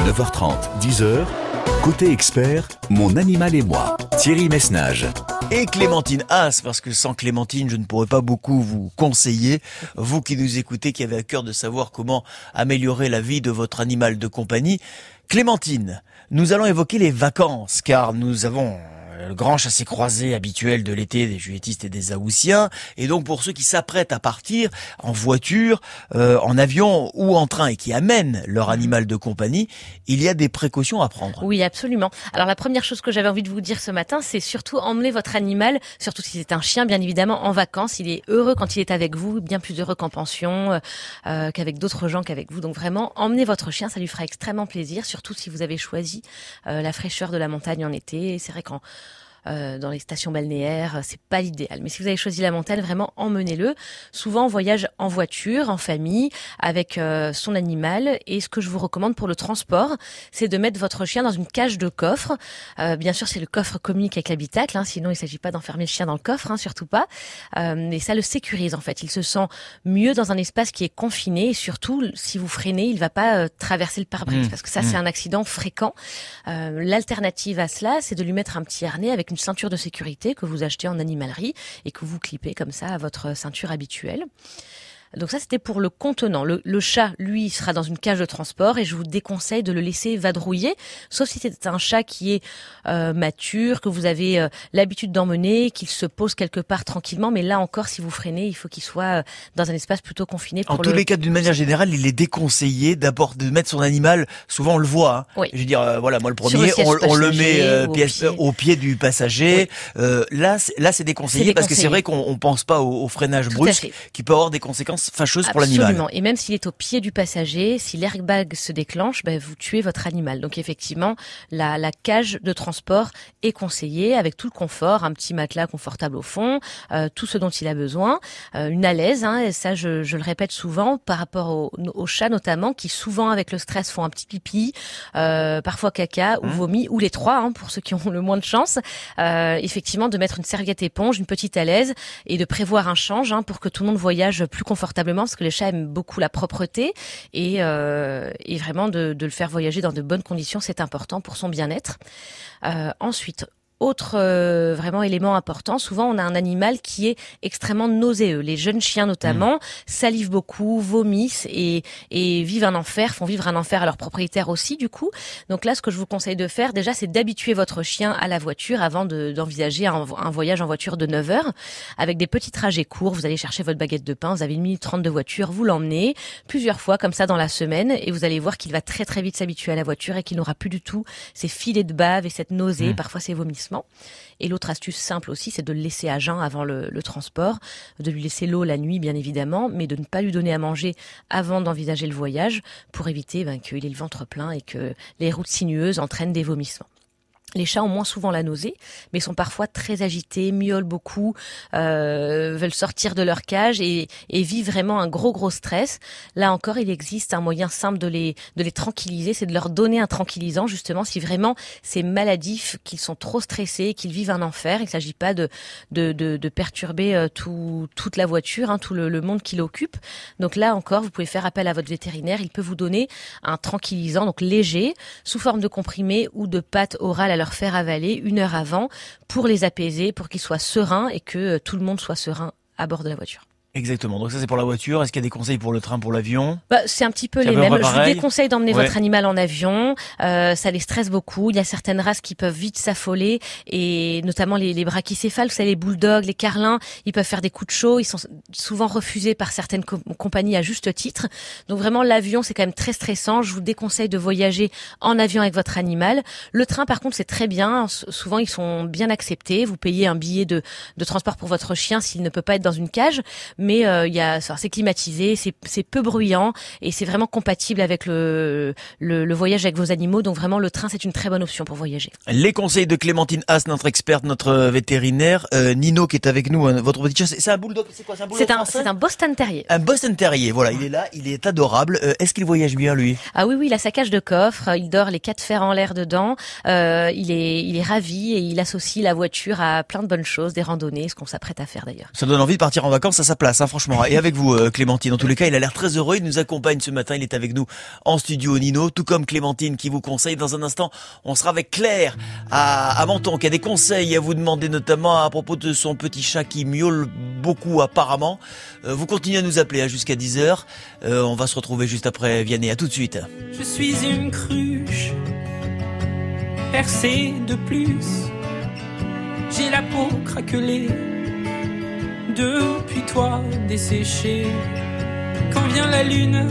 9h30, 10h, côté expert, mon animal et moi, Thierry Messnage. Et Clémentine Haas, parce que sans Clémentine, je ne pourrais pas beaucoup vous conseiller. Vous qui nous écoutez, qui avez à cœur de savoir comment améliorer la vie de votre animal de compagnie. Clémentine, nous allons évoquer les vacances, car nous avons le grand chassé-croisé habituel de l'été des juilletistes et des Haussiens. Et donc pour ceux qui s'apprêtent à partir en voiture, en avion ou en train et qui amènent leur animal de compagnie, il y a des précautions à prendre. Oui, absolument. Alors la première chose que j'avais envie de vous dire ce matin, c'est surtout emmener votre animal, surtout si c'est un chien bien évidemment, en vacances. Il est heureux quand il est avec vous, bien plus heureux qu'en pension, qu'avec d'autres gens qu'avec vous. Donc vraiment, emmenez votre chien, ça lui fera extrêmement plaisir, surtout si vous avez choisi la fraîcheur de la montagne en été. C'est vrai dans les stations balnéaires, c'est pas l'idéal. Mais si vous avez choisi la montagne, vraiment emmenez-le. Souvent, on voyage en voiture, en famille, avec son animal. Et ce que je vous recommande pour le transport, c'est de mettre votre chien dans une cage de coffre. Bien sûr, c'est le coffre communique avec l'habitacle, sinon il s'agit pas d'enfermer le chien dans le coffre, surtout pas. Mais ça le sécurise en fait. Il se sent mieux dans un espace qui est confiné. Et surtout, si vous freinez, il va pas traverser le pare-brise, parce que ça, c'est un accident fréquent. L'alternative à cela, c'est de lui mettre un petit harnais avec une ceinture de sécurité que vous achetez en animalerie et que vous clipez comme ça à votre ceinture habituelle. Donc ça, c'était pour le contenant. Le chat, lui, sera dans une cage de transport et je vous déconseille de le laisser vadrouiller, sauf si c'est un chat qui est mature, que vous avez l'habitude d'emmener, qu'il se pose quelque part tranquillement. Mais là encore, si vous freinez, il faut qu'il soit dans un espace plutôt confiné. En tous les cas, d'une manière générale, il est déconseillé d'abord de mettre son animal. Souvent, on le voit. Oui. Je veux dire, voilà, moi le premier, on le met au pied du passager. Oui. Là, c'est déconseillé parce que c'est vrai qu'on pense pas au freinage brusque qui peut avoir des conséquences fâcheuse pour l'animal. Absolument. Et même s'il est au pied du passager, si l'airbag se déclenche, vous tuez votre animal. Donc effectivement, la cage de transport est conseillée avec tout le confort, un petit matelas confortable au fond, tout ce dont il a besoin, une alaise, et ça je le répète souvent par rapport aux chats notamment, qui souvent avec le stress font un petit pipi, parfois caca ou vomi, ou les trois, pour ceux qui ont le moins de chance. Effectivement, de mettre une serviette éponge, une petite alaise et de prévoir un change pour que tout le monde voyage plus confortablement, parce que les chats aiment beaucoup la propreté et vraiment de le faire voyager dans de bonnes conditions, c'est important pour son bien-être. Ensuite, autre vraiment élément important, souvent on a un animal qui est extrêmement nauséeux. Les jeunes chiens notamment salivent beaucoup, vomissent et vivent un enfer, font vivre un enfer à leur propriétaire aussi du coup. Donc là, ce que je vous conseille de faire déjà, c'est d'habituer votre chien à la voiture avant d'envisager un voyage en voiture de 9 heures avec des petits trajets courts. Vous allez chercher votre baguette de pain, vous avez 1 minute 30 de voiture, vous l'emmenez plusieurs fois comme ça dans la semaine et vous allez voir qu'il va très très vite s'habituer à la voiture et qu'il n'aura plus du tout ces filets de bave et cette nausée, parfois ces vomissements. Et l'autre astuce simple aussi, c'est de le laisser à jeun avant le transport, de lui laisser l'eau la nuit bien évidemment, mais de ne pas lui donner à manger avant d'envisager le voyage pour éviter qu'il ait le ventre plein et que les routes sinueuses entraînent des vomissements. Les chats ont moins souvent la nausée, mais sont parfois très agités, miaulent beaucoup, veulent sortir de leur cage et vivent vraiment un gros stress. Là encore, il existe un moyen simple de les tranquilliser, c'est de leur donner un tranquillisant, justement, si vraiment c'est maladif, qu'ils sont trop stressés, qu'ils vivent un enfer. Il ne s'agit pas de perturber toute la voiture, tout le monde qui l'occupe. Donc là encore, vous pouvez faire appel à votre vétérinaire. Il peut vous donner un tranquillisant, donc léger, sous forme de comprimé ou de pâte orale à leur faire avaler 1 heure avant pour les apaiser, pour qu'ils soient sereins et que tout le monde soit serein à bord de la voiture. Exactement. Donc ça, c'est pour la voiture. Est-ce qu'il y a des conseils pour le train, pour l'avion? C'est un petit peu les mêmes. Je vous déconseille d'emmener votre animal en avion. Ça les stresse beaucoup. Il y a certaines races qui peuvent vite s'affoler et notamment les brachycéphales, vous savez, les bulldogs, les carlins, ils peuvent faire des coups de chaud. Ils sont souvent refusés par certaines compagnies à juste titre. Donc vraiment, l'avion, c'est quand même très stressant. Je vous déconseille de voyager en avion avec votre animal. Le train, par contre, c'est très bien. Souvent, ils sont bien acceptés. Vous payez un billet de transport pour votre chien s'il ne peut pas être dans une cage. Mais c'est climatisé, c'est peu bruyant et c'est vraiment compatible avec le voyage avec vos animaux. Donc vraiment, le train, c'est une très bonne option pour voyager. Les conseils de Clémentine Haas, notre experte, notre vétérinaire. Nino qui est avec nous, votre petit chat. C'est un bulldog, c'est quoi? C'est un Boston Terrier. Un Boston Terrier, voilà, il est là, il est adorable. Est-ce qu'il voyage bien, lui? Ah oui, il a sa cage de coffre, il dort les 4 fers en l'air dedans. Il est ravi et il associe la voiture à plein de bonnes choses, des randonnées, ce qu'on s'apprête à faire d'ailleurs. Ça donne envie de partir en vacances à sa place. passe, hein, franchement. Et avec vous, Clémentine, en tous les cas, il a l'air très heureux. Il nous accompagne ce matin. Il est avec nous en studio, Nino, tout comme Clémentine qui vous conseille. Dans un instant, on sera avec Claire à Menton, qui a des conseils à vous demander, notamment à propos de son petit chat qui miaule beaucoup apparemment. Vous continuez à nous appeler jusqu'à 10h. On va se retrouver juste après Vianney. À tout de suite. Je suis une cruche percée de plus. J'ai la peau craquelée depuis toi desséchée. Quand vient la lune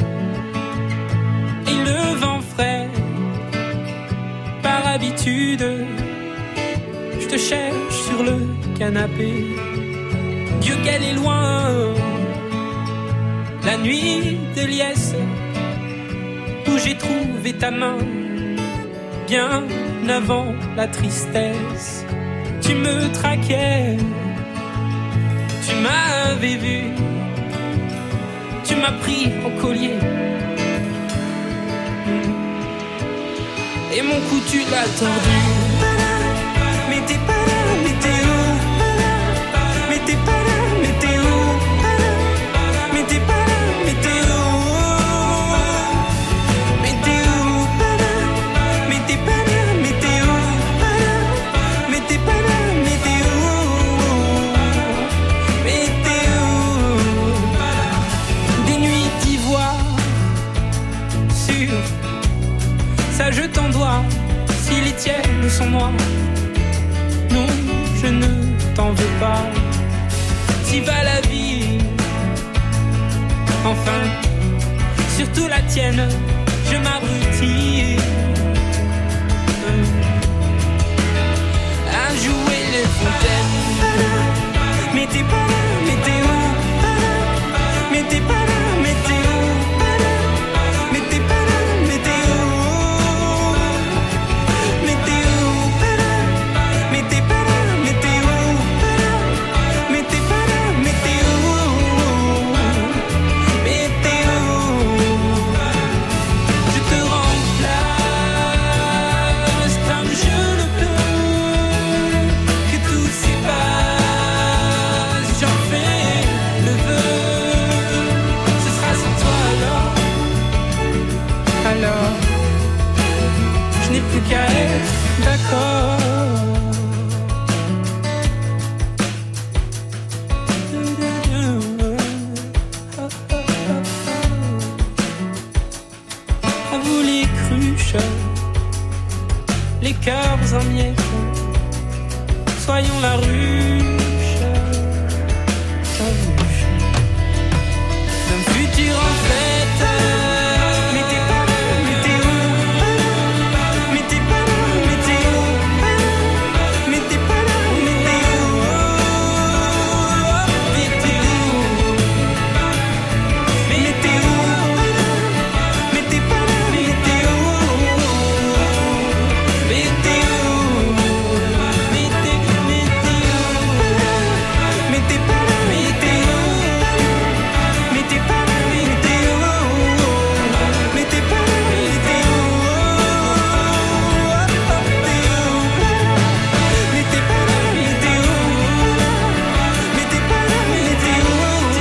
et le vent frais, par habitude, je te cherche sur le canapé. Dieu qu'elle est loin, la nuit de liesse, où j'ai trouvé ta main, bien avant la tristesse. Tu me traquais, tu m'avais vu, tu m'as pris au collier, et mon cou tu l'as tordu. Mais t'es pas là, mais t'es où? Mais t'es pas là, mais t'es où? Mais t'es pas là, mais t'es où? Mais t'es où? Mais t'es pas là, mais t'es où? Mais t'es pas là, mais t'es où? Mais t'es où? Des nuits d'ivoire sur ça je t'en dois, si les tiennes sont noires. Non, je ne t'en veux pas. Si va la vie, enfin, surtout la tienne, je m'abrutis à jouer les fontaines. Mais t'es pas là, mais t'es où? Mais t'es pas là, mais t'es où? Mais t'es pas là, mais t'es où? Mais t'es où? Mais t'es pas là, mais t'es où? Mais t'es pas là, mais t'es où? Mais t'es où? Je te remplace comme je le peux. Que tout s'efface, j'en fais le vœu. Ce sera sans toi alors je n'ai plus qu'à être d'accord. À vous les cruches, les cœurs en miettes, soyons la ruche, d'un futur en fête. Mais t'es pas là, mais t'es où? Mais t'es pas là, mais t'es où? Mais t'es pas là, mais t'es où? Mais t'es où? Mais t'es où? Mais t'es pas là, mais t'es où? Mais t'es où? Mais t'es où? Mais t'es pas là, mais t'es où? Mais t'es pas là, mais t'es où? Mais t'es pas là, mais t'es où? Mais t'es pas là, mais t'es où? Mais t'es pas là, mais t'es où?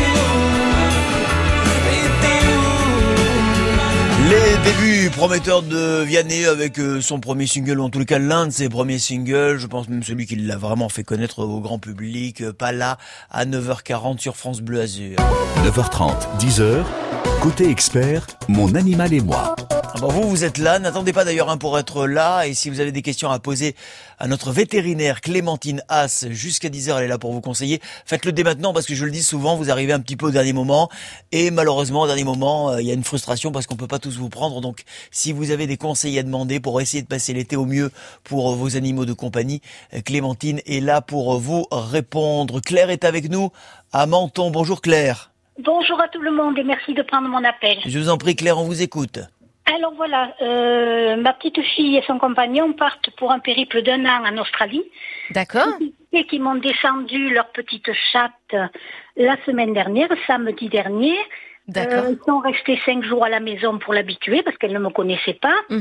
Mais t'es où? Les débuts prometteurs de Vianney avec son premier single, ou en tout cas l'un de ses premiers singles, je pense même celui qui l'a vraiment fait connaître au grand public, pas là, à 9h40 sur France Bleu Azur. 9h30, 10h, côté expert, mon animal et moi. Ah bah vous êtes là, n'attendez pas d'ailleurs pour être là, et si vous avez des questions à poser à notre vétérinaire Clémentine Haas, jusqu'à 10h elle est là pour vous conseiller, faites-le dès maintenant parce que je le dis souvent, vous arrivez un petit peu au dernier moment, et malheureusement au dernier moment il y a une frustration parce qu'on peut pas tous vous prendre, donc si vous avez des conseils à demander pour essayer de passer l'été au mieux pour vos animaux de compagnie, Clémentine est là pour vous répondre. Claire est avec nous à Menton, bonjour Claire. Bonjour à tout le monde et merci de prendre mon appel. Je vous en prie Claire, on vous écoute. Alors voilà, ma petite fille et son compagnon partent pour un périple d'1 an en Australie. D'accord. Et qui m'ont descendu leur petite chatte la semaine dernière, samedi dernier. D'accord. Ils sont restés 5 jours à la maison pour l'habituer parce qu'elle ne me connaissait pas.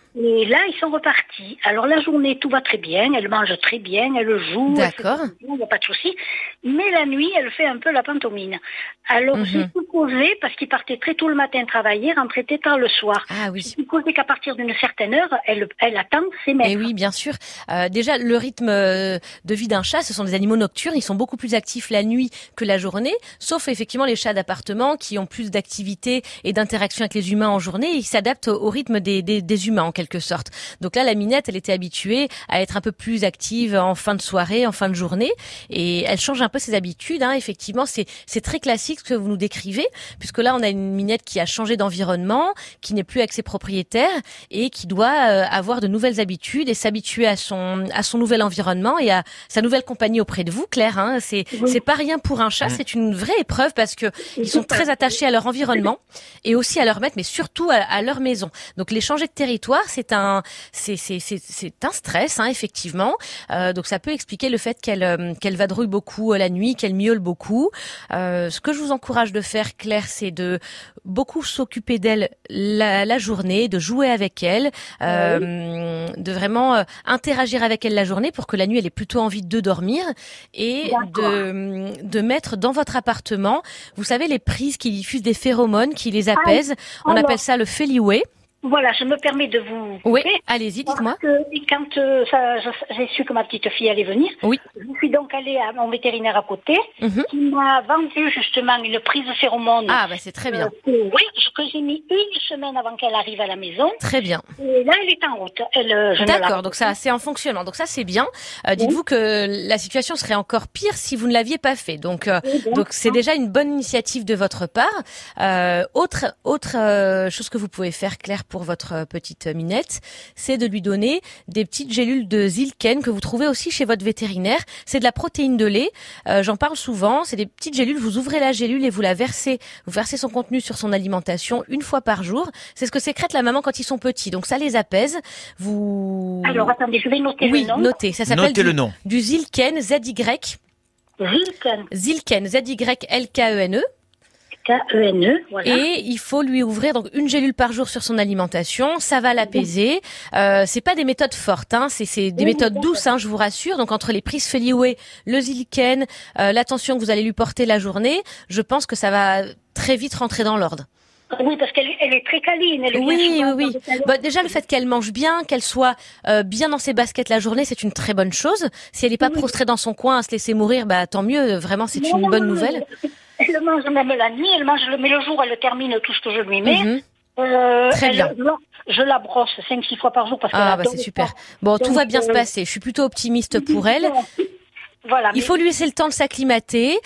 Et là, ils sont repartis. Alors la journée, tout va très bien. Elle mange très bien, elle joue. D'accord. Il n'y a pas de souci. Mais la nuit, elle fait un peu la pantomime. Alors j'ai supposé, parce qu'ils partaient très tôt le matin travailler, rentraient très tard le soir. Ah oui. J'ai supposé qu'à partir d'une certaine heure, elle attend ses maîtres. Et oui, bien sûr. Déjà, le rythme de vie d'un chat, ce sont des animaux nocturnes. Ils sont beaucoup plus actifs la nuit que la journée, sauf effectivement les chats d'appartement qui ont plus d'activité et d'interaction avec les humains en journée. Ils s'adaptent au rythme des humains en quelque sorte. Donc là, la Minette, elle était habituée à être un peu plus active en fin de soirée, en fin de journée, et elle change un peu ses habitudes. Effectivement, c'est très classique ce que vous nous décrivez, puisque là, on a une Minette qui a changé d'environnement, qui n'est plus avec ses propriétaires et qui doit avoir de nouvelles habitudes et s'habituer à son nouvel environnement et à sa nouvelle compagnie auprès de vous, Claire. C'est pas rien pour un chat, c'est une vraie épreuve parce que ils sont très attachés à leur environnement et aussi à leur maître, mais surtout à leur maison. Donc les changer de territoire, c'est un stress, effectivement. Donc ça peut expliquer le fait qu'elle vadrouille beaucoup la nuit, qu'elle miaule beaucoup. Ce que je vous encourage de faire, Claire, c'est de beaucoup s'occuper d'elle la journée, de jouer avec elle, de vraiment interagir avec elle la journée pour que la nuit elle ait plutôt envie de dormir et de mettre dans votre appartement, vous savez, les prises qui diffusent des phéromones, qui les apaisent. On appelle ça le Feliway. Voilà, je me permets de vous couper. Oui, allez-y, dites-moi. Quand j'ai su que ma petite fille allait venir, je suis donc allée à mon vétérinaire à côté, qui m'a vendu justement une prise de phéromone. Ah, c'est très bien. Que j'ai mis une semaine avant qu'elle arrive à la maison. Très bien. Et là, elle est en route. D'accord, donc ça, c'est en fonctionnement. Donc ça, c'est bien. Dites-vous que la situation serait encore pire si vous ne l'aviez pas fait. Donc c'est déjà une bonne initiative de votre part. Autre chose que vous pouvez faire, Claire, pour votre petite Minette, c'est de lui donner des petites gélules de Zilken que vous trouvez aussi chez votre vétérinaire. C'est de la protéine de lait. J'en parle souvent. C'est des petites gélules. Vous ouvrez la gélule et vous versez son contenu sur son alimentation une fois par jour. C'est ce que sécrète la maman quand ils sont petits. Donc ça les apaise. Alors attendez, je vais noter le nom. Oui, notez. Ça s'appelle du Zilken, Zilken, Z-Y-L-K-E-N-E. Voilà. Et il faut lui ouvrir donc une gélule par jour sur son alimentation, ça va l'apaiser. C'est pas des méthodes fortes, c'est des méthodes douces, je vous rassure. Donc entre les prises Feliway, le Zilken, l'attention que vous allez lui porter la journée, je pense que ça va très vite rentrer dans l'ordre. Oui, parce qu'elle est très câline. Oui. Déjà, le fait qu'elle mange bien, qu'elle soit bien dans ses baskets la journée, c'est une très bonne chose. Si elle n'est pas prostrée dans son coin à se laisser mourir, tant mieux. Vraiment, c'est une bonne nouvelle. Elle mange même la nuit, mais le jour, elle termine tout ce que je lui mets. Très bien. Je la brosse 5-6 fois par jour parce que c'est super. Bon, tout va bien se passer. Je suis plutôt optimiste pour elle. Voilà, il faut lui laisser le temps de s'acclimater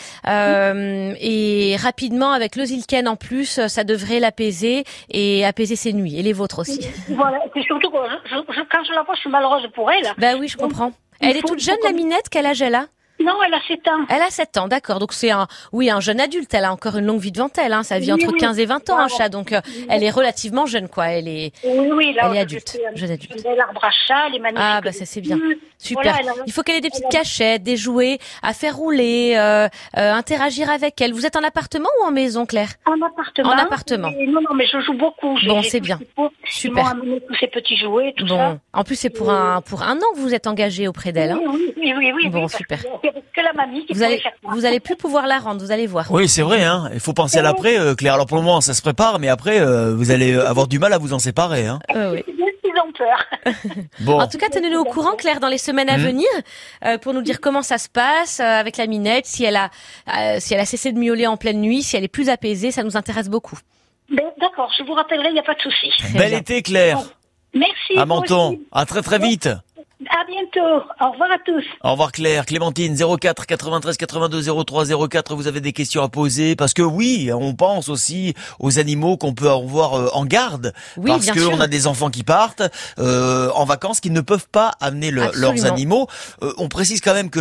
et rapidement avec le Zilken en plus, ça devrait l'apaiser et apaiser ses nuits et les vôtres aussi. Voilà, et surtout quand je la vois, je suis malheureuse pour elle. Oui, je comprends. Elle est toute jeune, la Minette, quel âge elle a ? Non, elle a 7 ans. Elle a 7 ans, d'accord. Donc c'est un jeune adulte. Elle a encore une longue vie devant elle. Ça vit entre 15 et 20 ans, un chat. Donc elle est relativement jeune, quoi. Elle est adulte, jeune adulte. L'arbre à chat, les magnifiques. Ça c'est bien. Super. Il faut qu'elle ait des petites cachettes, des jouets à faire rouler, interagir avec elle. Vous êêtes en appartement ou en maison, Claire ? En appartement. En appartement. Non, mais je joue beaucoup. Bon, c'est bien. Super. Ils m'ont amené tous ces petits jouets, tout ça. En plus, c'est pour un an que vous êtes engagé auprès d'elle. Oui. Bon, super. Que la mamie qui vous allez plus pouvoir la rendre, vous allez voir. Oui, c'est vrai, Il faut penser à l'après, Claire. Alors pour le moment, ça se prépare, mais après, vous allez avoir du mal à vous en séparer, Oui. Ils ont peur. Bon. En tout cas, tenez-nous au courant, Claire, dans les semaines à venir, pour nous dire comment ça se passe avec la Minette, si elle a cessé de miauler en pleine nuit, si elle est plus apaisée, ça nous intéresse beaucoup. D'accord, je vous rappellerai, il n'y a pas de souci. Bel été, Claire. Merci. À Menton. À très très vite. À bientôt. Au revoir à tous. Au revoir Claire. Clémentine, 04 93 82 03 04. Vous avez des questions à poser parce que oui, on pense aussi aux animaux qu'on peut avoir en garde parce que on a des enfants qui partent en vacances qui ne peuvent pas amener leurs animaux. On précise quand même que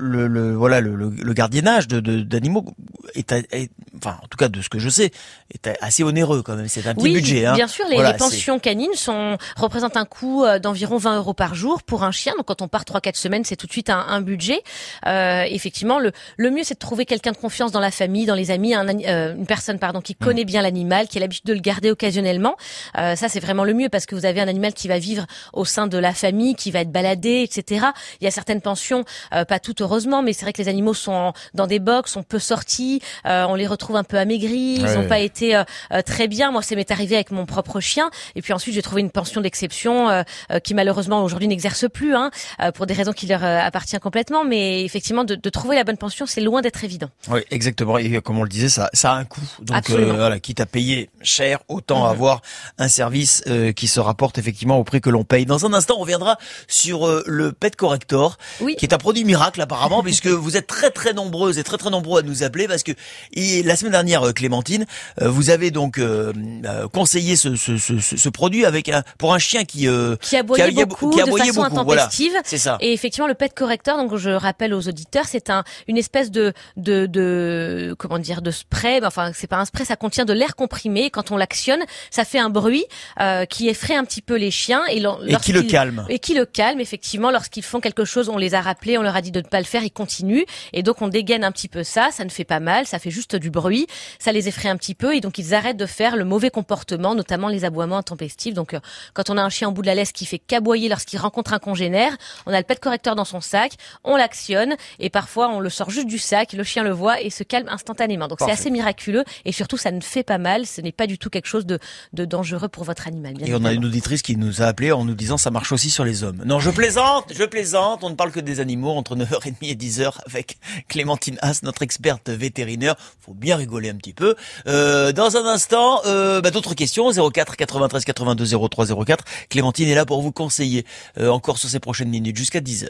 le gardiennage d'animaux enfin en tout cas de ce que je sais est assez onéreux quand même. C'est un petit budget. Bien sûr, les pensions canines représentent un coût d'environ 20 € par jour pour un chien. Donc quand on part 3-4 semaines, c'est tout de suite un budget. Effectivement, le mieux, c'est de trouver quelqu'un de confiance dans la famille, dans les amis, une personne qui connaît bien l'animal, qui a l'habitude de le garder occasionnellement. Ça, c'est vraiment le mieux parce que vous avez un animal qui va vivre au sein de la famille, qui va être baladé, etc. Il y a certaines pensions, pas toutes heureusement, mais c'est vrai que les animaux sont dans des box, sont peu sortis, on les retrouve un peu amaigris, ils n'ont pas été très bien. Moi, ça m'est arrivé avec mon propre chien. Et puis ensuite, j'ai trouvé une pension d'exception qui malheureusement aujourd'hui n'exerce plus, pour des raisons qui leur appartiennent complètement. Mais effectivement, de trouver la bonne pension, c'est loin d'être évident. Oui, exactement. Et comme on le disait, ça a un coût. Donc voilà, quitte à payer cher, autant avoir un service qui se rapporte effectivement au prix que l'on paye. Dans un instant, on reviendra sur le Pet Corrector, qui est un produit miracle apparemment, puisque vous êtes très très nombreuses et très très nombreux à nous appeler, parce que la semaine dernière, Clémentine, vous avez donc conseillé ce produit pour un chien qui aboyait beaucoup, de façon intempestive. Voilà, c'est ça. Et effectivement, le Pet Corrector, donc je rappelle aux auditeurs, c'est une espèce de spray. Enfin, c'est pas un spray, ça contient de l'air comprimé. Quand on l'actionne, ça fait un bruit qui effraie un petit peu les chiens et qui le calme. Et qui le calme, effectivement, lorsqu'ils font quelque chose, on les a rappelés, on leur a dit de ne pas le faire, ils continuent. Et donc on dégaine un petit peu ça ne fait pas mal, ça fait juste du bruit, ça les effraie un petit peu et donc ils arrêtent de faire le mauvais comportement, notamment les aboiements intempestifs. Donc quand on a un chien en bout de la laisse qui fait qu'aboyer lorsqu'il rencontre un congénère, on a le Pet Corrector dans son sac, on l'actionne et parfois on le sort juste du sac, le chien le voit et se calme instantanément. Donc c'est assez miraculeux et surtout ça ne fait pas mal, ce n'est pas du tout quelque chose de dangereux pour votre animal. Bien évidemment. On a une auditrice qui nous a appelé en nous disant ça marche aussi sur les hommes. Non, je plaisante, on ne parle que des animaux entre 9h30 et 10h avec Clémentine Haas, notre experte vétérinaire. Faut bien rigoler un petit peu. Dans un instant, d'autres questions, 04 93 82 03 04. Clémentine est là pour vous conseiller encore sur ces prochaines minutes jusqu'à 10h.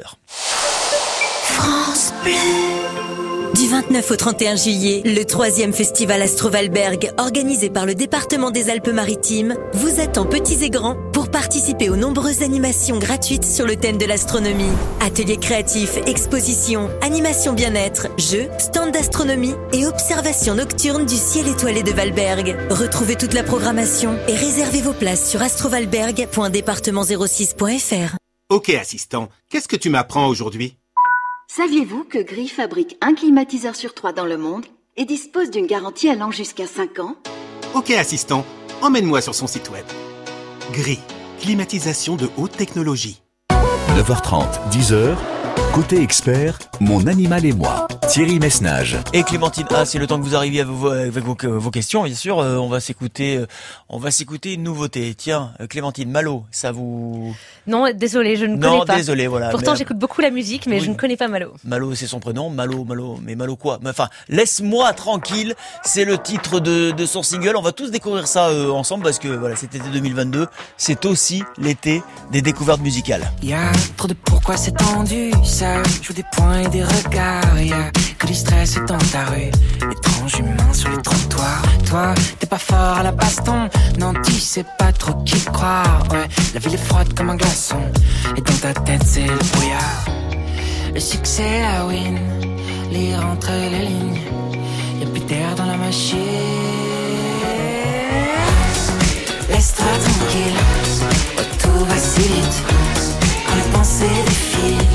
France Bleu. Du 29 au 31 juillet, le 3e festival Astrovalberg, organisé par le département des Alpes-Maritimes, vous attend petits et grands pour participer aux nombreuses animations gratuites sur le thème de l'astronomie. Ateliers créatifs, expositions, animations bien-être, jeux, stands d'astronomie et observations nocturnes du ciel étoilé de Valberg. Retrouvez toute la programmation et réservez vos places sur astrovalberg.département06.fr. Ok assistant, qu'est-ce que tu m'apprends aujourd'hui ? Saviez-vous que Gris fabrique un climatiseur sur 3 dans le monde et dispose d'une garantie allant jusqu'à 5 ans ? Ok assistant, emmène-moi sur son site web. Gris, climatisation de haute technologie. 9h30, 10h, côté expert, mon animal et moi. Thierry Messnage. Et Clémentine Haas, c'est le temps que vous arriviez avec vos questions, bien sûr. On va s'écouter une nouveauté. Tiens, Clémentine, Malo, ça vous... Non, désolé, je ne connais pas. Non, désolé, voilà. Pourtant, j'écoute beaucoup la musique, mais je ne connais pas Malo. Malo, c'est son prénom. Malo, mais Malo quoi ? Enfin, laisse-moi tranquille. C'est le titre de son single. On va tous découvrir ça ensemble parce que voilà, cet été 2022, c'est aussi l'été des découvertes musicales. Il y a trop de pourquoi c'est tendu, ça joue des points et des regards. Il y a que du stress dans ta rue, étrange humain sur les trottoirs. Toi, t'es pas fort à la baston, non tu sais pas trop qui croire. Ouais, la ville est froide comme un glaçon, et dans ta tête c'est le brouillard. Le succès, la win, lire entre les lignes, y'a plus d'air dans la machine. Laisse-toi tranquille, oh, tout va si vite, quand les pensées défilent.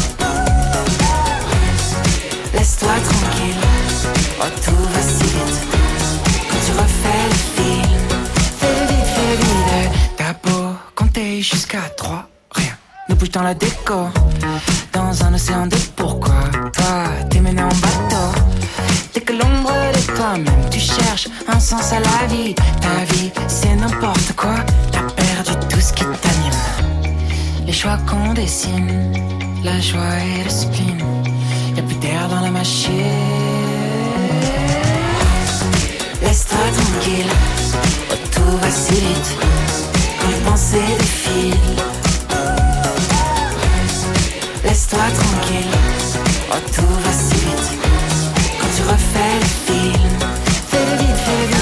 Laisse-toi tranquille, oh tout va si vite, quand tu refais le film. Fais le vide, t'as beau compter jusqu'à 3, rien ne bouge dans la déco. Dans un océan de pourquoi, toi t'es mené en bateau. Dès que l'ombre de toi-même, tu cherches un sens à la vie. Ta vie c'est n'importe quoi, t'as perdu tout ce qui t'anime. Les choix qu'on dessine, la joie et le spleen. Y'a plus d'air dans la machine. Laisse-toi tranquille, oh, tout va si vite, quand les pensées défilent. Laisse-toi tranquille, oh, tout va si vite, quand tu refais le film. Fais le vide, fais le vide.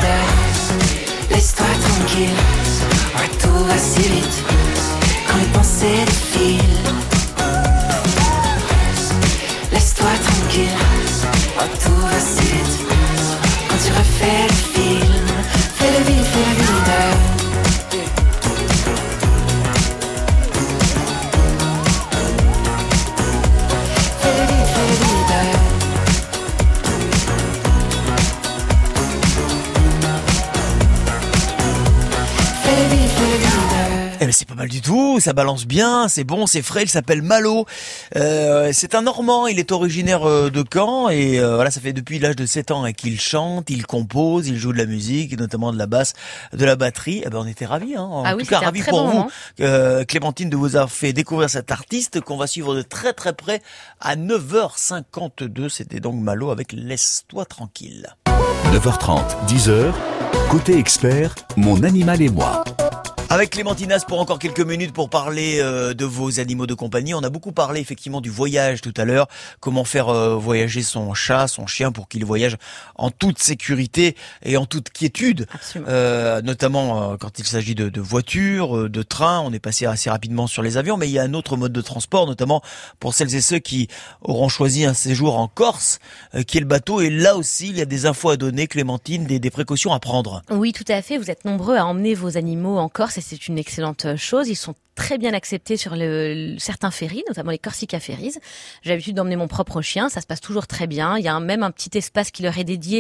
Laisse-toi tranquille, ouais, tout va si vite, quand les pensées passer le fil. Laisse-toi tranquille, oh, tout va si vite. Quand tu refais le film, fais le vide, fais le vide. Eh ben c'est pas mal du tout, ça balance bien, c'est bon, c'est frais, il s'appelle Malo. C'est un Normand, il est originaire de Caen et voilà, ça fait depuis l'âge de 7 ans qu'il chante, il compose, il joue de la musique, et notamment de la basse, de la batterie. Eh ben on était ravis, hein. En tout cas ravis pour vous, Clémentine, de vous avoir fait découvrir cet artiste qu'on va suivre de très très près à 9h52. C'était donc Malo avec Laisse-toi tranquille. 9h30, 10h, côté expert, mon animal et moi. Avec Clémentine As pour encore quelques minutes pour parler de vos animaux de compagnie. On a beaucoup parlé effectivement du voyage tout à l'heure. Comment faire voyager son chat, son chien pour qu'il voyage en toute sécurité et en toute quiétude. Notamment quand il s'agit de voitures, de trains. On est passé assez rapidement sur les avions, mais il y a un autre mode de transport, notamment pour celles et ceux qui auront choisi un séjour en Corse, qui est le bateau. Et là aussi, il y a des infos à donner, Clémentine, des précautions à prendre. Oui, tout à fait. Vous êtes nombreux à emmener vos animaux en Corse et c'est une excellente chose. Ils sont très bien acceptés sur certains ferries, notamment les Corsica Ferries. J'ai l'habitude d'emmener mon propre chien, ça se passe toujours très bien. Il y a même un petit espace qui leur est dédié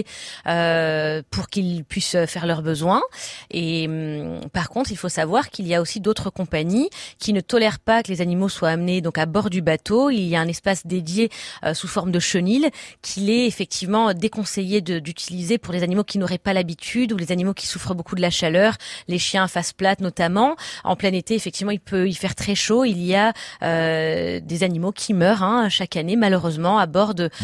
pour qu'ils puissent faire leurs besoins. Et par contre, il faut savoir qu'il y a aussi d'autres compagnies qui ne tolèrent pas que les animaux soient amenés donc à bord du bateau. Il y a un espace dédié sous forme de chenil qu'il est effectivement déconseillé d'utiliser pour les animaux qui n'auraient pas l'habitude ou les animaux qui souffrent beaucoup de la chaleur, les chiens face plate notamment. En plein été, effectivement, il peut y faire très chaud. Il y a des animaux qui meurent chaque année, malheureusement, à bord de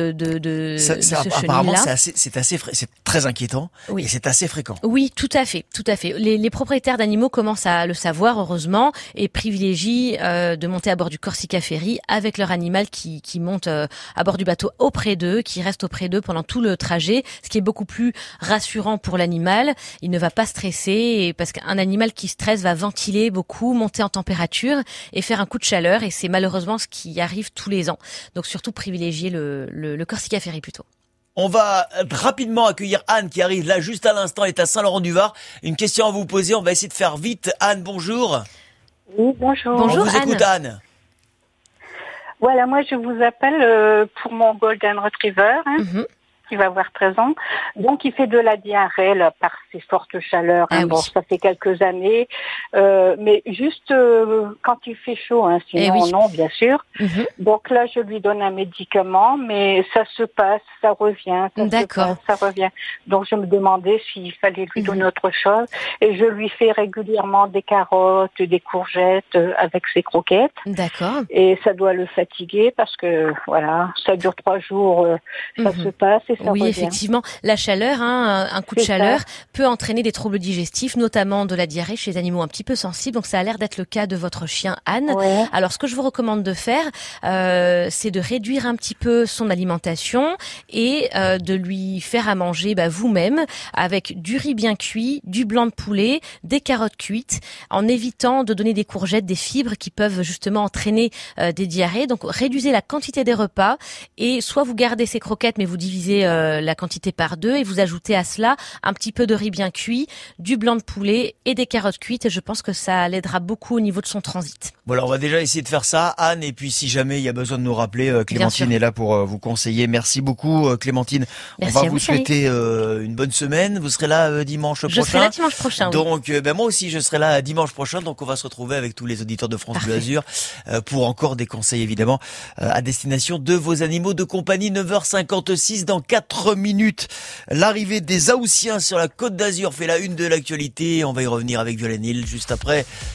ce chenil-là. Apparemment, c'est très inquiétant et c'est assez fréquent. Oui, tout à fait, tout à fait. Les propriétaires d'animaux commencent à le savoir, heureusement, et privilégient de monter à bord du Corsica Ferry avec leur animal qui monte à bord du bateau auprès d'eux, qui reste auprès d'eux pendant tout le trajet, ce qui est beaucoup plus rassurant pour l'animal. Il ne va pas stresser, parce qu'un animal qui stresse va ventiler beaucoup, monter en température et faire un coup de chaleur, et c'est malheureusement ce qui arrive tous les ans. Donc surtout privilégier le Corsica Ferry plutôt. On va rapidement accueillir Anne qui arrive là juste à l'instant, elle est à Saint-Laurent-du-Var. Une question à vous poser, on va essayer de faire vite. Anne, bonjour. Oui, bonjour. Bonjour, on vous écoute, Anne. Voilà, moi je vous appelle pour mon Golden Retriever. Qui va avoir 13 ans. Donc, il fait de la diarrhée là, par ces fortes chaleurs. Bon, ça fait quelques années. Mais juste quand il fait chaud, sinon non, bien sûr. Donc là, je lui donne un médicament, mais ça se passe, ça revient. D'accord. Ça revient. Donc, je me demandais s'il fallait lui donner autre chose. Et je lui fais régulièrement des carottes, des courgettes avec ses croquettes. D'accord. Et ça doit le fatiguer parce que, voilà, ça dure 3 jours, ça se passe. Oui, revient. Effectivement, la chaleur, un coup de chaleur peut entraîner des troubles digestifs, notamment de la diarrhée chez les animaux un petit peu sensibles. Donc ça a l'air d'être le cas de votre chien Anne. Ouais. Alors ce que je vous recommande de faire, c'est de réduire un petit peu son alimentation et de lui faire à manger vous-même avec du riz bien cuit, du blanc de poulet, des carottes cuites, en évitant de donner des courgettes, des fibres qui peuvent justement entraîner des diarrhées. Donc réduisez la quantité des repas et soit vous gardez ces croquettes mais vous divisez la quantité par 2 et vous ajoutez à cela un petit peu de riz bien cuit, du blanc de poulet et des carottes cuites. Et je pense que ça l'aidera beaucoup au niveau de son transit. Voilà, on va déjà essayer de faire ça, Anne, et puis si jamais il y a besoin de nous rappeler, Clémentine est là pour vous conseiller. Merci beaucoup, Clémentine. Merci, on va vous souhaiter une bonne semaine. Vous serez là dimanche prochain. Je serai là dimanche prochain. Donc, moi aussi, je serai là dimanche prochain. Donc, on va se retrouver avec tous les auditeurs de France Bleu Azur pour encore des conseils, évidemment, à destination de vos animaux de compagnie. 9h56 dans 4 minutes. L'arrivée des Haussiens sur la Côte d'Azur fait la une de l'actualité. On va y revenir avec Violaine Hill juste après.